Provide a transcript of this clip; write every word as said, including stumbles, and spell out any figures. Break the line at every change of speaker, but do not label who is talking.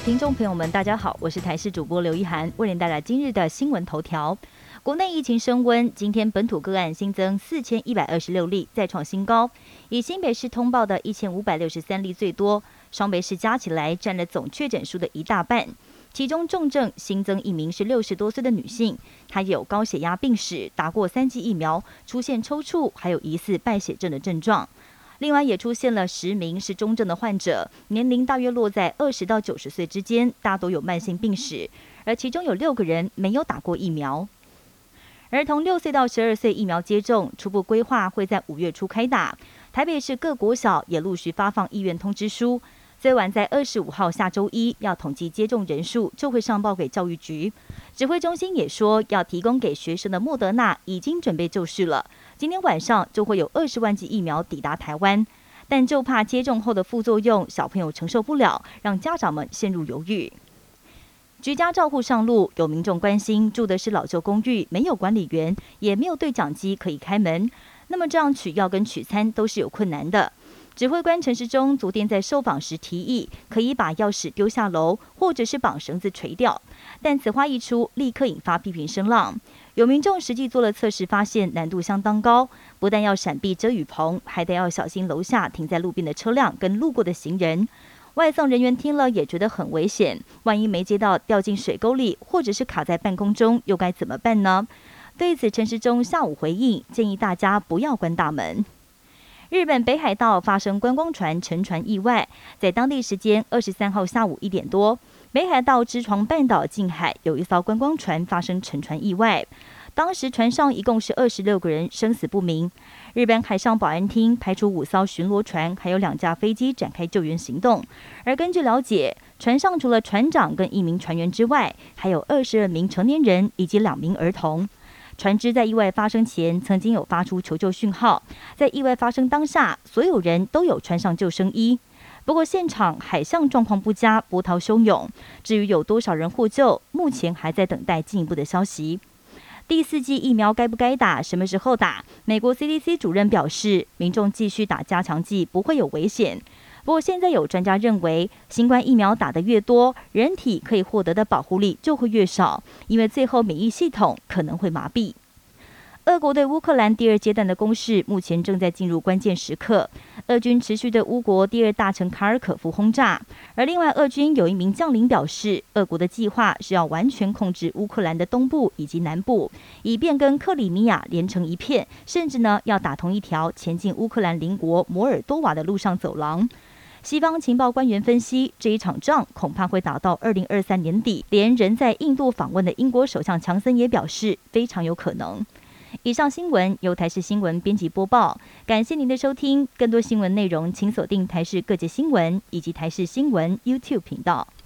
听众朋友们，大家好，我是台视主播刘一涵，为您带来今日的新闻头条。国内疫情升温，今天本土个案新增四千一百二十六例，再创新高。以新北市通报的一千五百六十三例最多，双北市加起来占了总确诊数的一大半。其中重症新增一名是六十多岁的女性，她有高血压病史，打过三剂疫苗，出现抽搐，还有疑似败血症的症状。另外也出现了十名是中症的患者，年龄大约落在二十到九十岁之间，大多有慢性病史，而其中有六个人没有打过疫苗。儿童六岁到十二岁疫苗接种初步规划会在五月初开打，台北市各国小也陆续发放意愿通知书，最晚在二十五号下周一要统计接种人数，就会上报给教育局。指挥中心也说，要提供给学生的莫德纳已经准备就绪了，今天晚上就会有二十万剂疫苗抵达台湾，但就怕接种后的副作用小朋友承受不了，让家长们陷入犹豫。居家照护上路，有民众关心住的是老旧公寓，没有管理员，也没有对讲机可以开门，那么这样取药跟取餐都是有困难的。指挥官陈时中昨天在受访时提议，可以把钥匙丢下楼，或者是绑绳子垂掉，但此话一出，立刻引发批评声浪。有民众实际做了测试，发现难度相当高，不但要闪避遮雨棚，还得要小心楼下停在路边的车辆跟路过的行人。外送人员听了也觉得很危险，万一没接到掉进水沟里，或者是卡在半空中，又该怎么办呢？对此，陈时中下午回应，建议大家不要关大门。日本北海道发生观光船沉船意外，在当地时间二十三号下午一点多，北海道知床半岛近海有一艘观光船发生沉船意外，当时船上一共是二十六个人，生死不明。日本海上保安厅派出五艘巡逻船，还有两架飞机展开救援行动。而根据了解，船上除了船长跟一名船员之外，还有二十二名成年人以及两名儿童。船只在意外发生前曾经有发出求救讯号，在意外发生当下，所有人都有穿上救生衣。不过现场海象状况不佳，波涛汹涌。至于有多少人获救，目前还在等待进一步的消息。第四剂疫苗该不该打，什么时候打？美国 C D C 主任表示，民众继续打加强剂不会有危险。不过现在有专家认为，新冠疫苗打得越多，人体可以获得的保护力就会越少，因为最后免疫系统可能会麻痹。俄国对乌克兰第二阶段的攻势目前正在进入关键时刻，俄军持续对乌国第二大城卡尔可夫轰炸，而另外俄军有一名将领表示，俄国的计划是要完全控制乌克兰的东部以及南部，以便跟克里米亚连成一片，甚至呢要打通一条前进乌克兰邻国摩尔多瓦的路上走廊。西方情报官员分析，这一场仗恐怕会打到二零二三年底，连人在印度访问的英国首相强森也表示非常有可能。以上新闻由台视新闻编辑播报，感谢您的收听。更多新闻内容，请锁定台视各界新闻以及台视新闻 YouTube 频道。